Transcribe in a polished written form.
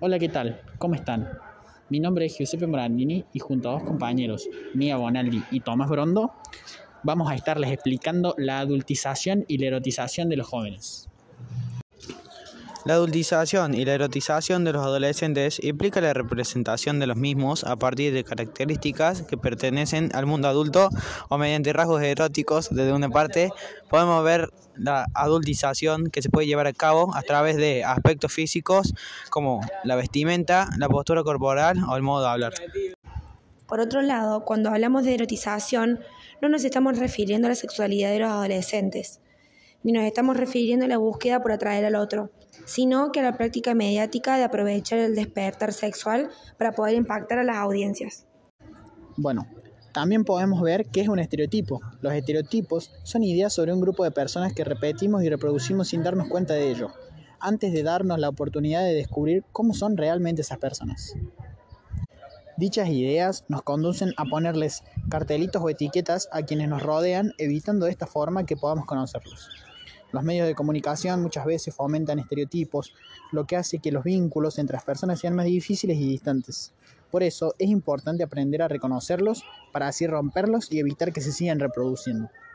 Hola, ¿qué tal? ¿Cómo están? Mi nombre es Giuseppe Morandini y junto a dos compañeros, Mía Bonaldi y Tomás Brondo, vamos a estarles explicando la adultización y la erotización de los jóvenes. La adultización y la erotización de los adolescentes implica la representación de los mismos a partir de características que pertenecen al mundo adulto o mediante rasgos eróticos. Desde una parte, podemos ver la adultización que se puede llevar a cabo a través de aspectos físicos como la vestimenta, la postura corporal o el modo de hablar. Por otro lado, cuando hablamos de erotización, no nos estamos refiriendo a la sexualidad de los adolescentes, ni nos estamos refiriendo a la búsqueda por atraer al otro, sino que a la práctica mediática de aprovechar el despertar sexual para poder impactar a las audiencias. Bueno, también podemos ver qué es un estereotipo. Los estereotipos son ideas sobre un grupo de personas que repetimos y reproducimos sin darnos cuenta de ello, antes de darnos la oportunidad de descubrir cómo son realmente esas personas. Dichas ideas nos conducen a ponerles cartelitos o etiquetas a quienes nos rodean, evitando de esta forma que podamos conocerlos. Los medios de comunicación muchas veces fomentan estereotipos, lo que hace que los vínculos entre las personas sean más difíciles y distantes. Por eso es importante aprender a reconocerlos para así romperlos y evitar que se sigan reproduciendo.